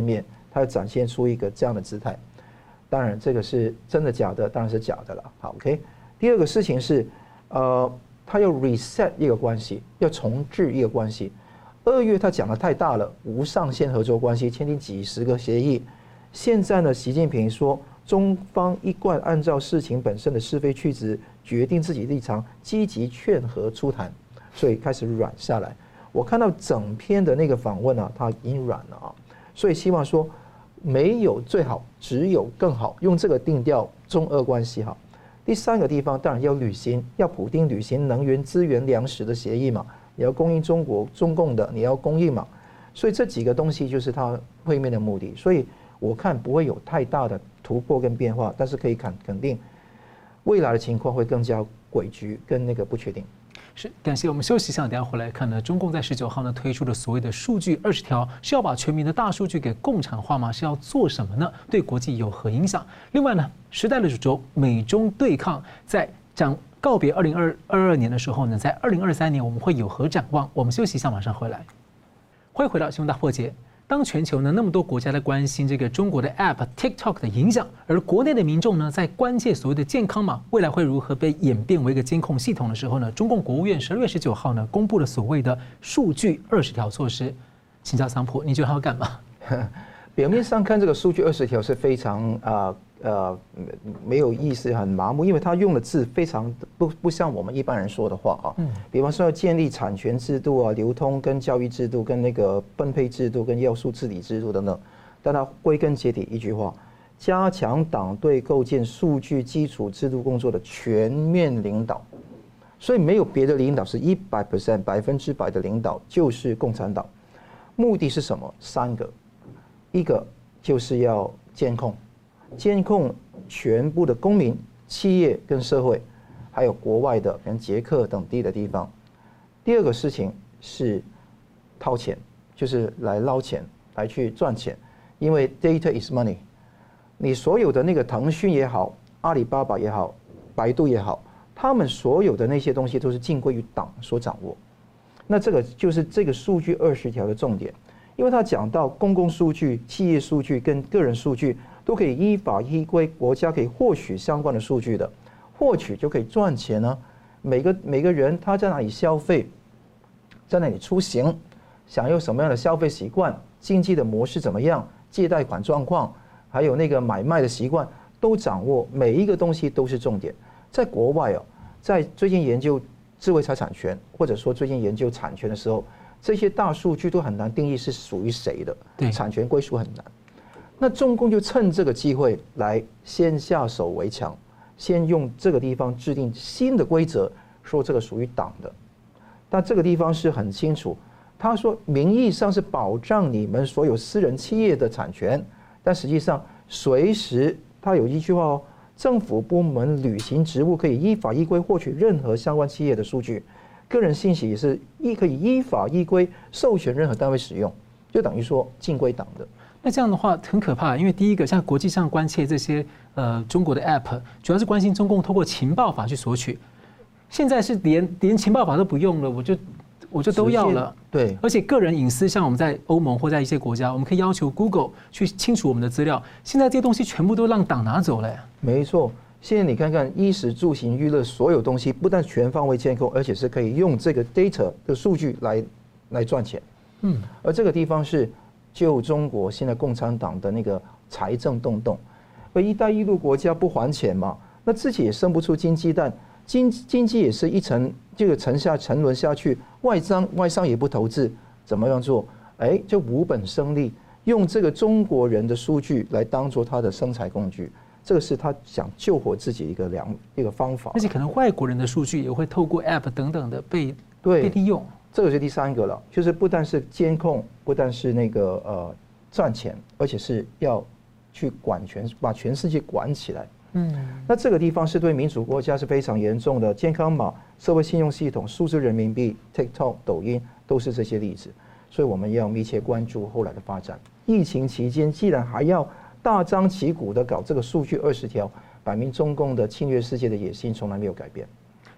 他要展现出一个这样的姿态。当然，这个是真的假的，当然是假的了。好 ，OK。第二个事情是，呃，他要 reset 一个关系，要重置一个关系。二月他讲的太大了，无上限合作关系，签订几十个协议。现在呢，习近平说，中方一贯按照事情本身的是非曲直，决定自己立场，积极劝和促谈，所以开始软下来。我看到整篇的那个访问啊，他已经软了啊，所以希望说。没有最好，只有更好，用这个定调中俄关系哈。第三个地方当然要履行，要普丁履行能源资源粮食的协议嘛，你要供应中国中共的，你要供应嘛，所以这几个东西就是他会面的目的。所以我看不会有太大的突破跟变化，但是可以肯肯定，未来的情况会更加诡谲跟那个不确定。 是，感谢我们休息一下，等下回来看呢。中共在十九号呢推出的所谓的数据二十条，是要把全民的大数据给共产化吗？是要做什么呢？对国际有何影响？另外呢，时代的主轴美中对抗，在讲告别二零二二年的时候呢，在二零二三年我们会有何展望？我们休息一下，马上回来。欢迎回到新闻大破解。当全球呢那么多国家在关心这个中国的 App TikTok 的影响，而国内的民众呢在关切所谓的健康码未来会如何被演变为一个监控系统的时候呢，中共国务院十二月十九号呢公布了所谓的数据二十条措施。请教桑普，你觉得他要干嘛？ 表面上看这个数据二十条是非常啊呃没有意思，很麻木，因为他用的字非常不不像我们一般人说的话啊。嗯。比方说要建立产权制度啊、流通跟教育制度、跟那个分配制度、跟要素治理制度等等，但它归根结底一句话：加强党对构建数据基础制度工作的全面领导。所以没有别的领导是一百 percent 百分之百的领导，就是共产党。目的是什么？三个。一个就是要监控，监控全部的公民、企业跟社会，还有国外的，比如捷克等地的地方。第二个事情是掏钱，就是来捞钱，来去赚钱，因为 data is money。你所有的那个腾讯也好，阿里巴巴也好，百度也好，他们所有的那些东西都是尽归于党所掌握。那这个就是这个数据二十条的重点。因为他讲到公共数据、企业数据跟个人数据都可以依法依规，国家可以获取相关的数据的，获取就可以赚钱呢、啊。每个每个人他在哪里消费，在哪里出行，享有什么样的消费习惯，经济的模式怎么样，借贷款状况，还有那个买卖的习惯，都掌握，每一个东西都是重点。在国外哦，在最近研究智慧财产权，或者说最近研究产权的时候。这些大数据都很难定义是属于谁的，对，产权归属很难。那中共就趁这个机会来先下手为强，先用这个地方制定新的规则，说这个属于党的。但这个地方是很清楚，他说名义上是保障你们所有私人企业的产权，但实际上随时他有一句话哦，政府部门履行职务可以依法依规获取任何相关企业的数据。个人信息也是依可以依法依规授权任何单位使用，就等于说尽归党的。 那这样的话很可怕，因为第一个，像国际上关切这些呃中国的 App， 主要是关心中共透过情报法去索取，现在是连连情报法都不用了，我就我就都要了。 对， 而且个人隐私，像我们在欧盟或在一些国家，我们可以要求 Google 去清除我们的资料，现在这些东西全部都让党拿走了。 没错。现在你看看衣食住行娱乐所有东西，不但全方位监控，而且是可以用这个 data 的数据来来赚钱。嗯，而这个地方是就中国现在共产党的那个财政洞洞，而“一带一路”国家不还钱嘛，那自己也生不出金鸡蛋，经经济也是一沉这个沉下沉沦下去，外商外商也不投资，怎么样做？哎，就无本生利，用这个中国人的数据来当做他的生财工具。这个是他想救活自己一个良一个方法， 而且可能外国人的数据也会透过 App 等等的被对被利用。 这个是第三个了，就是不但是监控，不但是那个呃赚钱，而且是要去管全把全世界管起来。嗯，那这个地方是对民主国家是非常严重的。健康码、社会信用系统、数字人民币、TikTok、抖音都是这些例子，所以我们要密切关注后来的发展。疫情期间，既然还要大张旗鼓的搞这个数据二十条，摆明中共的侵略世界的野心从来没有改变。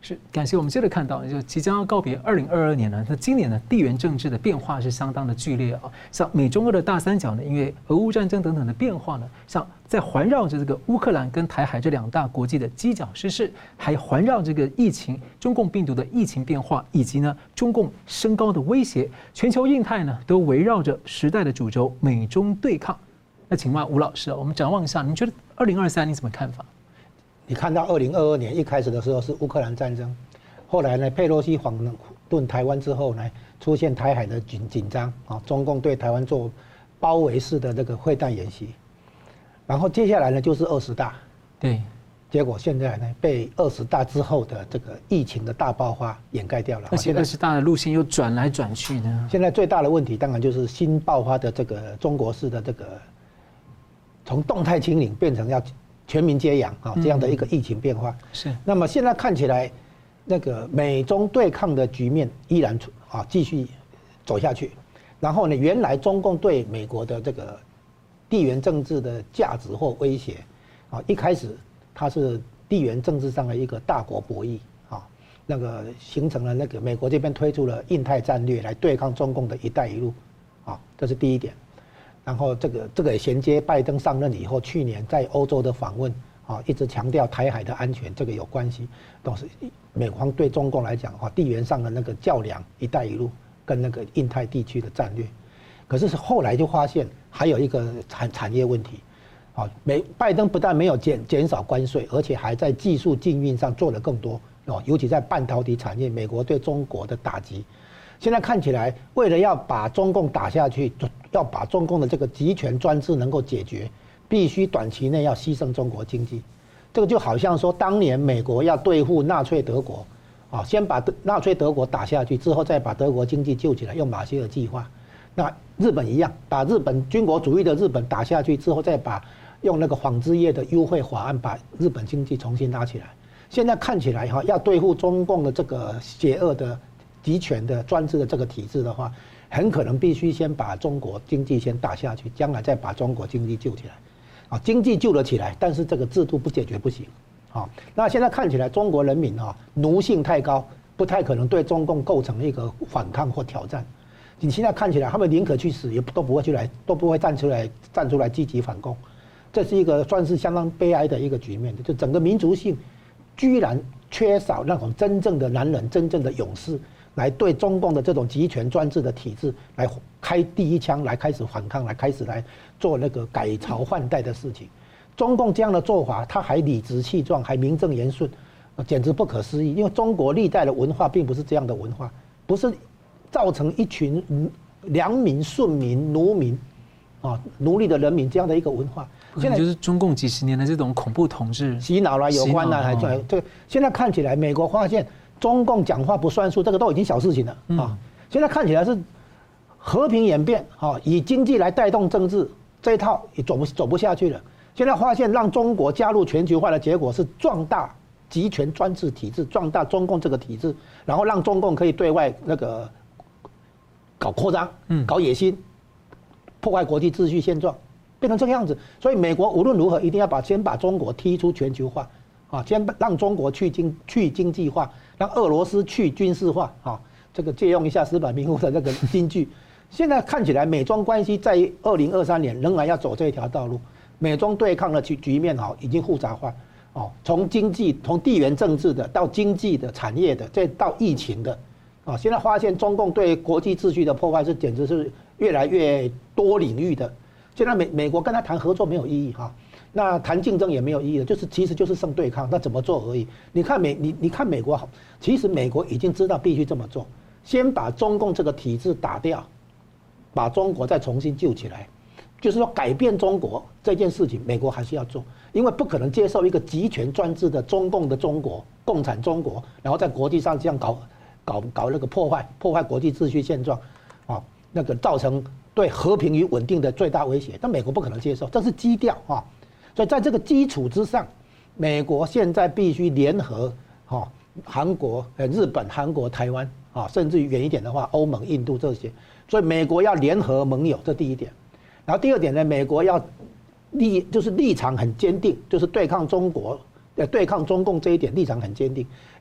是，感谢我们接着看到，就即将要告别二零二二年呢，那今年呢地缘政治的变化是相当的剧烈啊，像美中俄的大三角呢，因为俄乌战争等等的变化呢，像在环绕着这个乌克兰跟台海这两大国际的犄角之势，还环绕这个疫情、中共病毒的疫情变化，以及呢中共升高的威胁，全球印太呢都围绕着时代的主轴美中对抗。那请问吴老师啊，我们展望一下，您觉得二零二三你怎么看法？ 你看到二零二二年一开始的时候是乌克兰战争，后来呢，佩洛西访问台湾之后呢，出现台海的紧紧张啊，中共对台湾做包围式的这个会弹演习，然后接下来呢就是二十大， 对， 结果现在呢被二十大之后的这个疫情的大爆发掩盖掉了， 而且二十大的路线又转来转去呢。 现在最大的问题当然就是新爆发的这个中国式的这个从动态清零变成要全民接养啊，这样的一个疫情变化。 是。 那么现在看起来，那个美中对抗的局面依然啊继续走下去。然后呢，原来中共对美国的这个地缘政治的价值或威胁啊，一开始它是地缘政治上的一个大国博弈啊，那个形成了那个美国这边推出了印太战略来对抗中共的一带一路啊，这是第一点。然后这个这个也衔接拜登上任以后，去年在欧洲的访问啊，一直强调台海的安全，这个有关系，都是美方对中共来讲啊，地缘上的那个较量，一带一路跟那个印太地区的战略。可是后来就发现还有一个产产业问题，啊，美拜登不但没有减减少关税，而且还在技术禁运上做了更多哦，尤其在半导体产业，美国对中国的打击。现在看起来，为了要把中共打下去，要把中共的这个集权专制能够解决，必须短期内要牺牲中国经济。这个就好像说，当年美国要对付纳粹德国，啊，先把纳粹德国打下去，之后再把德国经济救起来，用马歇尔计划。那日本一样，把日本军国主义的日本打下去之后，再把用那个纺织业的优惠法案把日本经济重新拉起来。现在看起来哈，要对付中共的这个邪恶的集权的专制的这个体制的话，很可能必须先把中国经济先打下去，将来再把中国经济救起来。啊，经济救了起来，但是这个制度不解决不行。啊，那现在看起来中国人民啊奴性太高，不太可能对中共构成一个反抗或挑战。你现在看起来，他们宁可去死，也都不会去来，都不会站出来站出来积极反攻。这是一个算是相当悲哀的一个局面，就整个民族性居然缺少那种真正的男人、真正的勇士，来对中共的这种集权专制的体制来开第一枪，来开始反抗，来开始来做那个改朝换代的事情。中共这样的做法，他还理直气壮，还名正言顺，简直不可思议。因为中国历代的文化并不是这样的文化，不是造成一群良民、顺民、奴民啊奴隶的人民这样的一个文化。 现在就是中共几十年的这种恐怖统治洗脑啦、有关啦，还这这个现在看起来，美国发现中共讲话不算数，这个都已经小事情了啊。嗯、现在看起来是和平演变啊，以经济来带动政治，这一套也走不走不下去了。现在发现让中国加入全球化的结果是壮大集权专制体制，壮大中共这个体制，然后让中共可以对外那个搞扩张，嗯，搞野心，破坏国际秩序现状。变成这个样子，所以美国无论如何一定要把先把中国踢出全球化，啊，先让中国去经去经济化，让俄罗斯去军事化，啊，这个借用一下矢板明夫的那个金句。现在看起来，美中关系在二零二三年仍然要走这条道路，美中对抗的局局面哈已经复杂化，哦，从经济从地缘政治的到经济的产业的，再到疫情的，啊，现在发现中共对国际秩序的破坏是简直是越来越多领域的。现在美美国跟他谈合作没有意义哈，那谈竞争也没有意义的，就是其实就是剩对抗，那怎么做而已。你看美你你看美国好，其实美国已经知道必须这么做，先把中共这个体制打掉，把中国再重新救起来，就是说改变中国这件事情，美国还是要做，因为不可能接受一个集权专制的中共的中国共产中国，然后在国际上这样搞搞搞那个破坏破坏国际秩序现状，啊，那个造成对和平与稳定的最大威胁，但美国不可能接受，这是基调啊。所以在这个基础之上，美国现在必须联合哈韩国、呃日本、韩国、台湾啊，甚至于远一点的话，欧盟、印度这些。所以美国要联合盟友，这第一点。然后第二点呢，美国要立就是立场很坚定，就是对抗中国、呃对抗中共这一点立场很坚定，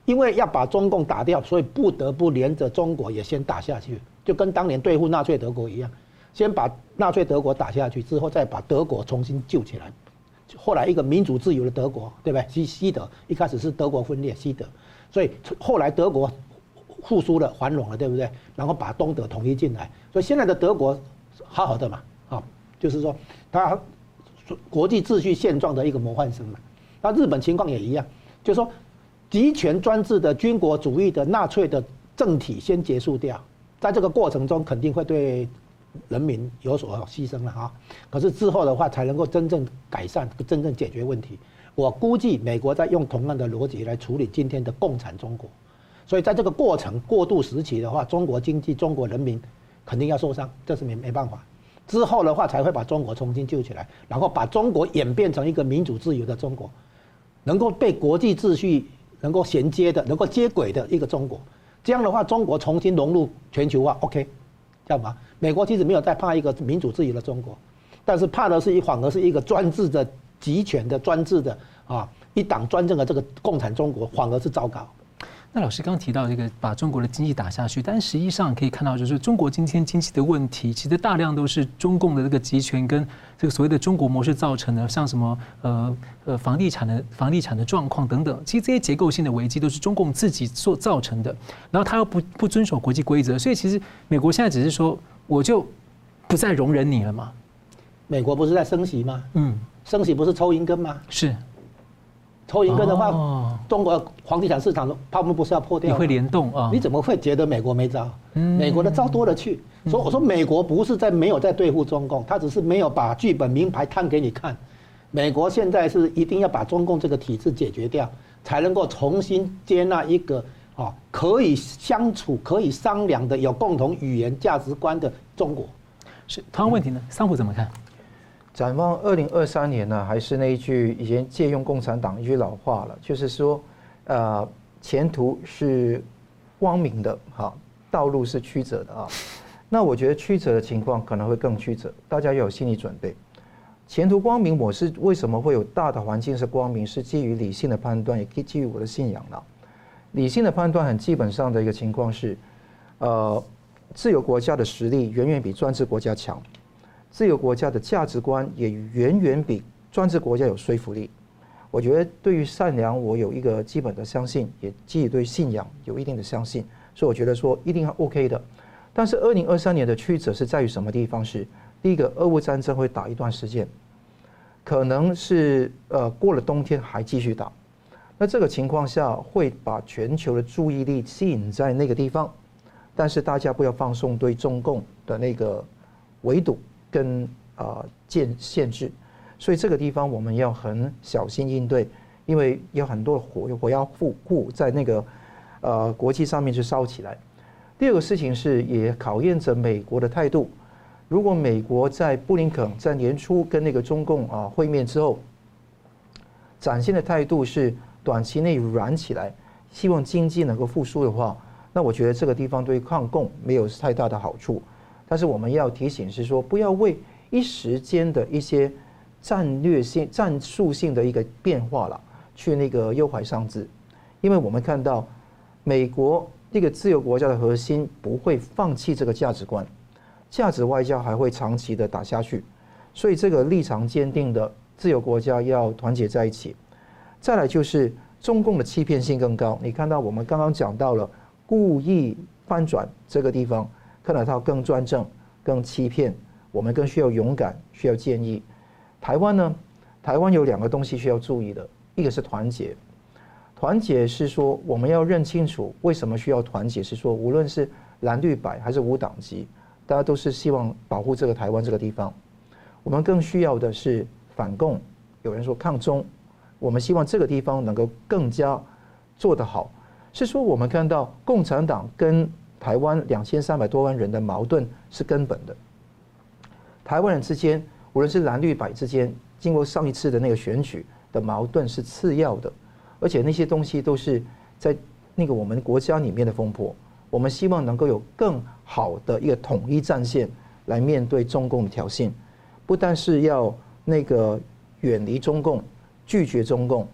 因为要把中共打掉，所以不得不连着中国也先打下去，就跟当年对付纳粹德国一样，先把纳粹德国打下去，之后再把德国重新救起来。后来一个民主自由的德国，对不对？西西德一开始是德国分裂，西德，所以后来德国复苏了，繁荣了，对不对？然后把东德统一进来，所以现在的德国好好的嘛，啊，就是说它国际秩序现状的一个模范生嘛。那日本情况也一样，就是说集权专制的军国主义的纳粹的政体先结束掉，在这个过程中肯定会对人民有所牺牲了哈，可是之后的话才能够真正改善、真正解决问题。我估计美国在用同样的逻辑来处理今天的共产中国，所以在这个过程过渡时期的话，中国经济、中国人民肯定要受伤，这是没没办法。之后的话才会把中国重新救起来，然后把中国演变成一个民主自由的中国，能够被国际秩序能够衔接的、能够接轨的一个中国。这样的话，中国重新融入全球化 ，OK。干嘛？美国其实没有在怕一个民主自由的中国，但是怕的是一反而是一个专制的、集权的、专制的啊一党专政的这个共产中国，反而是糟糕。 那老师刚提到这个把中国的经济打下去，但实际上可以看到，就是中国今天经济的问题，其实大量都是中共的这个集权跟这个所谓的中国模式造成的，像什么呃呃房地产的房地产的状况等等，其实这些结构性的危机都是中共自己所造成的，然后他又不不遵守国际规则，所以其实美国现在只是说我就不再容忍你了嘛。 美国不是在升息吗？ 嗯， 升息不是抽银根吗？ 是。 抽银根的话， 哦、 中国房地产市场的泡沫不是要破掉吗？ 你会联动啊？ 你怎么会觉得美国没招？ 嗯、 美国的招多了去。所以我说美国不是在没有在对付中共，他只是没有把剧本明牌摊给你看。美国现在是一定要把中共这个体制解决掉，才能够重新接纳一个啊可以相处、可以商量的、有共同语言、价值观的中国。 是，同样问题呢，桑普怎么看？ 展望二零二三年呢，还是那一句以前借用共产党一句老话了，就是说，呃，前途是光明的，哈，道路是曲折的啊。那我觉得曲折的情况可能会更曲折，大家要有心理准备。前途光明，我是为什么会有大的环境是光明，是基于理性的判断，也可以基于我的信仰了。理性的判断很基本上的一个情况是，呃，自由国家的实力远远比专制国家强。自由国家的价值观也远远比专制国家有说服力。我觉得对于善良，我有一个基本的相信，也基于对信仰有一定的相信，所以我觉得说一定要 OK 的。但是二零二三年的曲折是在于什么地方？是第一个，俄乌战争会打一段时间，可能是呃过了冬天还继续打。那这个情况下会把全球的注意力吸引在那个地方，但是大家不要放松对中共的那个围堵跟啊限限制，所以这个地方我们要很小心应对，因为有很多火火药库在那个呃国际上面去烧起来。第二个事情是也考验着美国的态度。如果美国在布林肯在年初跟那个中共啊会面之后，展现的态度是短期内软起来，希望经济能够复苏的话，那我觉得这个地方对抗共没有太大的好处。但是我们要提醒是说，不要为一时间的一些战略性、战术性的一个变化了，去那个忧怀丧志，因为我们看到美国这个自由国家的核心不会放弃这个价值观，价值外交还会长期的打下去，所以这个立场坚定的自由国家要团结在一起。再来就是中共的欺骗性更高，你看到我们刚刚讲到了故意翻转这个地方。看得到更专政、更欺骗，我们更需要勇敢，需要建议。台湾呢？台湾有两个东西需要注意的，一个是团结。团结是说我们要认清楚为什么需要团结，是说无论是蓝绿白还是无党籍，大家都是希望保护这个台湾这个地方。我们更需要的是反共，有人说抗中，我们希望这个地方能够更加做得好。是说我们看到共产党跟台湾两千三百多万人的矛盾是根本的。台湾人之间，无论是蓝绿白之间，经过上一次的那个选举的矛盾是次要的，而且那些东西都是在那个我们国家里面的风波。我们希望能够有更好的一个统一战线来面对中共的挑衅，不但是要那个远离中共、拒绝中共，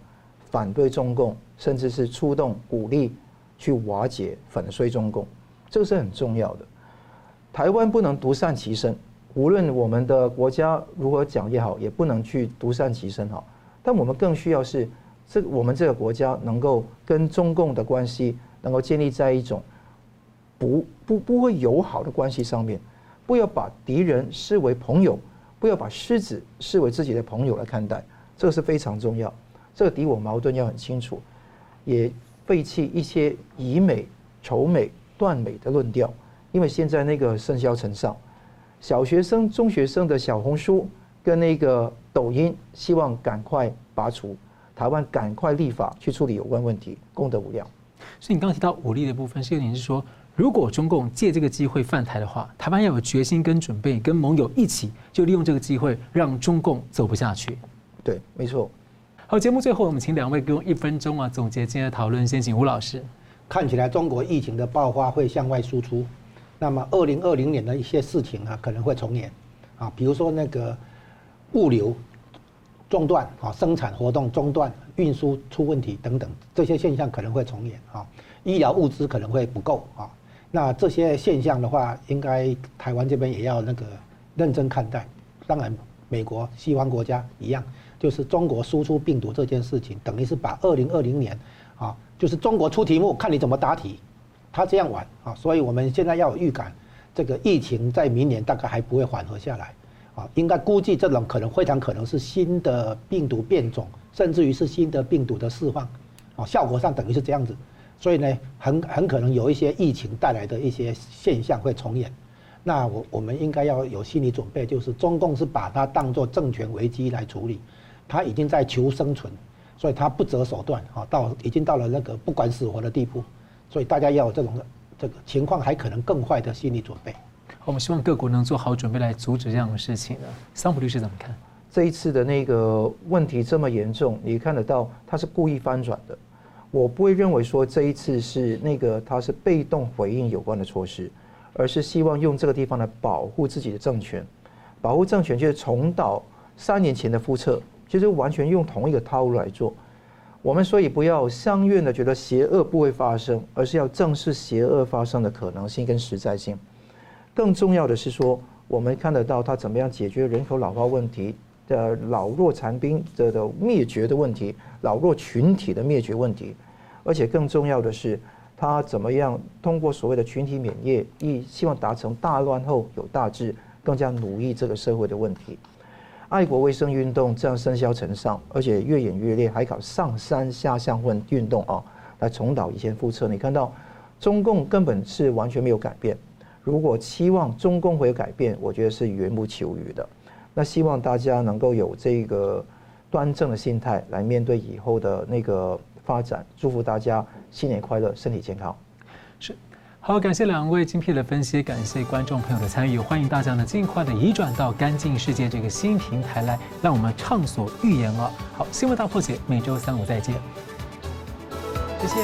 反对中共，甚至是出动武力去瓦解、粉碎中共，这个是很重要的。台湾不能独善其身，无论我们的国家如何讲也好，也不能去独善其身好。但我们更需要是，这我们这个国家能够跟中共的关系能够建立在一种不不不会友好的关系上面，不要把敌人视为朋友，不要把狮子视为自己的朋友来看待，这个是非常重要。这个敌我矛盾要很清楚，也废弃一些以美、仇美、断美的论调，因为现在那个甚嚣尘上，小学生、中学生的小红书跟那个抖音，希望赶快拔除，台湾赶快立法去处理有关问题，功德无量。 所以你刚刚提到武力的部分，是有点是说，如果中共借这个机会犯台的话，台湾要有决心跟准备，跟盟友一起，就利用这个机会让中共走不下去。 对，没错。 好，节目最后我们请两位给我一分钟啊总结今天的讨论，先请吴老师。 看起来中国疫情的爆发会向外输出，那么二零二零年的一些事情啊可能会重演，啊，比如说那个物流中断啊，生产活动中断，运输出问题等等，这些现象可能会重演啊，医疗物资可能会不够啊，那这些现象的话，应该台湾这边也要那个认真看待。当然，美国西方国家一样。就是中国输出病毒这件事情，等于是把二零二零年，啊，就是中国出题目，看你怎么答题，他这样玩啊，所以我们现在要有预感，这个疫情在明年大概还不会缓和下来，啊，应该估计这种可能非常可能是新的病毒变种，甚至于是新的病毒的释放，啊，效果上等于是这样子，所以呢，很很可能有一些疫情带来的一些现象会重演。那我我们应该要有心理准备，就是中共是把它当作政权危机来处理。他已经在求生存，所以他不择手段啊，到已经到了那个不管死活的地步，所以大家要有这种这个情况还可能更坏的心理准备。 我们希望各国能做好准备来阻止这样的事情呢。桑普律师怎么看？ 这一次的那个问题这么严重，你看得到他是故意翻转的。我不会认为说这一次是那个他是被动回应有关的措施，而是希望用这个地方来保护自己的政权，保护政权就是重蹈三年前的覆辙。就是完全用同一个套路来做，我们所以不要相愿的觉得邪恶不会发生，而是要正视邪恶发生的可能性跟实在性。更重要的是说，我们看得到它怎么样解决人口老化问题的老弱残兵的的灭绝的问题，老弱群体的灭绝问题，而且更重要的是，它怎么样通过所谓的群体免疫，亦希望达成大乱后有大治，更加奴役这个社会的问题。爱国卫生运动这样甚嚣尘上，而且越演越烈，还搞上山下乡运运动啊，来重蹈以前覆辙。你看到中共根本是完全没有改变。如果期望中共会有改变，我觉得是缘木求鱼的。那希望大家能够有这个端正的心态来面对以后的那个发展。祝福大家新年快乐，身体健康。 是。好，感谢两位精辟的分析，感谢观众朋友的参与，欢迎大家呢尽快的移转到干净世界这个新平台来，让我们畅所欲言哦。好，新闻大破解，每周三五再见，谢谢。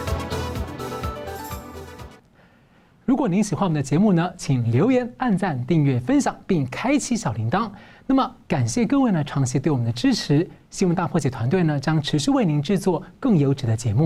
如果您喜欢我们的节目呢，请留言、按赞、订阅、分享，并开启小铃铛。那么，感谢各位呢长期对我们的支持，新闻大破解团队呢将持续为您制作更优质的节目。